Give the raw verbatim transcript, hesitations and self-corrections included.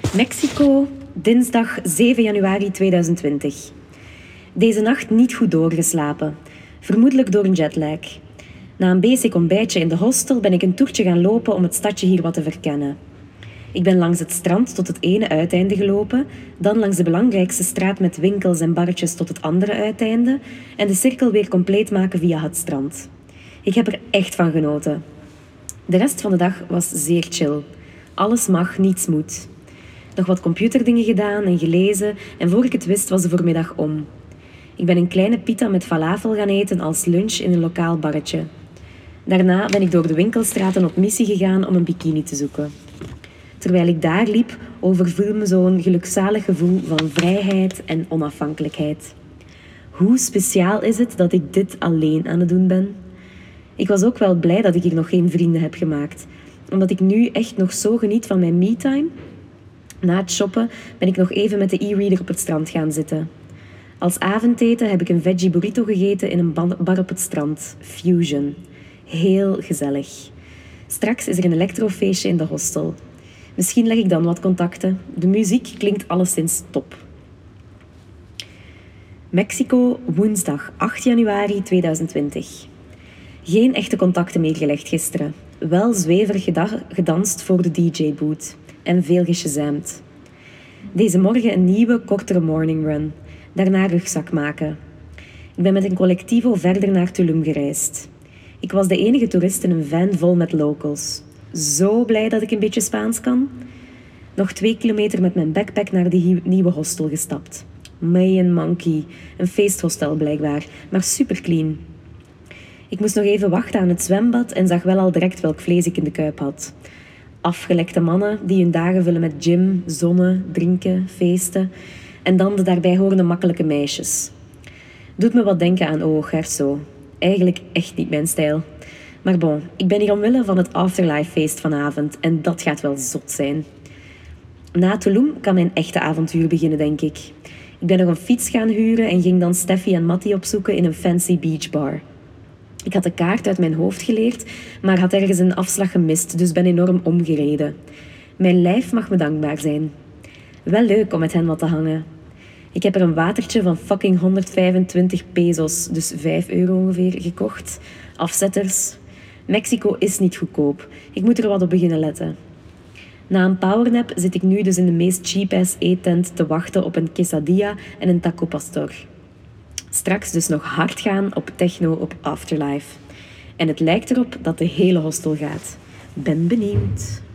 Mexico, dinsdag zeven januari tweeduizend twintig. Deze nacht niet goed doorgeslapen, vermoedelijk door een jetlag. Na een basic ontbijtje in de hostel ben ik een toertje gaan lopen om het stadje hier wat te verkennen. Ik ben langs het strand tot het ene uiteinde gelopen, dan langs de belangrijkste straat met winkels en barretjes tot het andere uiteinde en de cirkel weer compleet maken via het strand. Ik heb er echt van genoten. De rest van de dag was zeer chill. Alles mag, niets moet. Nog wat computerdingen gedaan en gelezen en voor ik het wist was de voormiddag om. Ik ben een kleine pita met falafel gaan eten als lunch in een lokaal barretje. Daarna ben ik door de winkelstraten op missie gegaan om een bikini te zoeken. Terwijl ik daar liep, overviel me zo'n gelukzalig gevoel van vrijheid en onafhankelijkheid. Hoe speciaal is het dat ik dit alleen aan het doen ben? Ik was ook wel blij dat ik hier nog geen vrienden heb gemaakt, omdat ik nu echt nog zo geniet van mijn me-time. Na het shoppen ben ik nog even met de e-reader op het strand gaan zitten. Als avondeten heb ik een veggie burrito gegeten in een bar op het strand, Fusion. Heel gezellig. Straks is er een elektrofeestje in de hostel. Misschien leg ik dan wat contacten. De muziek klinkt alleszins top. Mexico, woensdag acht januari tweeduizend twintig. Geen echte contacten meer gelegd gisteren. Wel zweverig geda- gedanst voor de D J-boot. En veel geshazamd. Deze morgen een nieuwe, kortere morning run. Daarna rugzak maken. Ik ben met een collectivo verder naar Tulum gereisd. Ik was de enige toerist in een van vol met locals. Zo blij dat ik een beetje Spaans kan. Nog twee kilometer met mijn backpack naar de nieuwe hostel gestapt. Mayan Monkey, een feesthostel blijkbaar, maar super clean. Ik moest nog even wachten aan het zwembad en zag wel al direct welk vlees ik in de kuip had. Afgelekte mannen die hun dagen vullen met gym, zonnen, drinken, feesten en dan de daarbij horende makkelijke meisjes. Doet me wat denken aan O Gerso. Eigenlijk echt niet mijn stijl. Maar bon, ik ben hier omwille van het Afterlife feest vanavond en dat gaat wel zot zijn. Na Tulum kan mijn echte avontuur beginnen, denk ik. Ik ben nog een fiets gaan huren en ging dan Steffi en Mattie opzoeken in een fancy beachbar. Ik had de kaart uit mijn hoofd geleerd, maar had ergens een afslag gemist, dus ben enorm omgereden. Mijn lijf mag me dankbaar zijn. Wel leuk om met hen wat te hangen. Ik heb er een watertje van fucking honderdvijfentwintig pesos, dus vijf euro ongeveer, gekocht. Afzetters. Mexico is niet goedkoop. Ik moet er wat op beginnen letten. Na een powernap zit ik nu dus in de meest cheap-ass eettent te wachten op een quesadilla en een taco pastor. Straks dus nog hard gaan op techno op Afterlife. En het lijkt erop dat de hele hostel gaat. Ben benieuwd.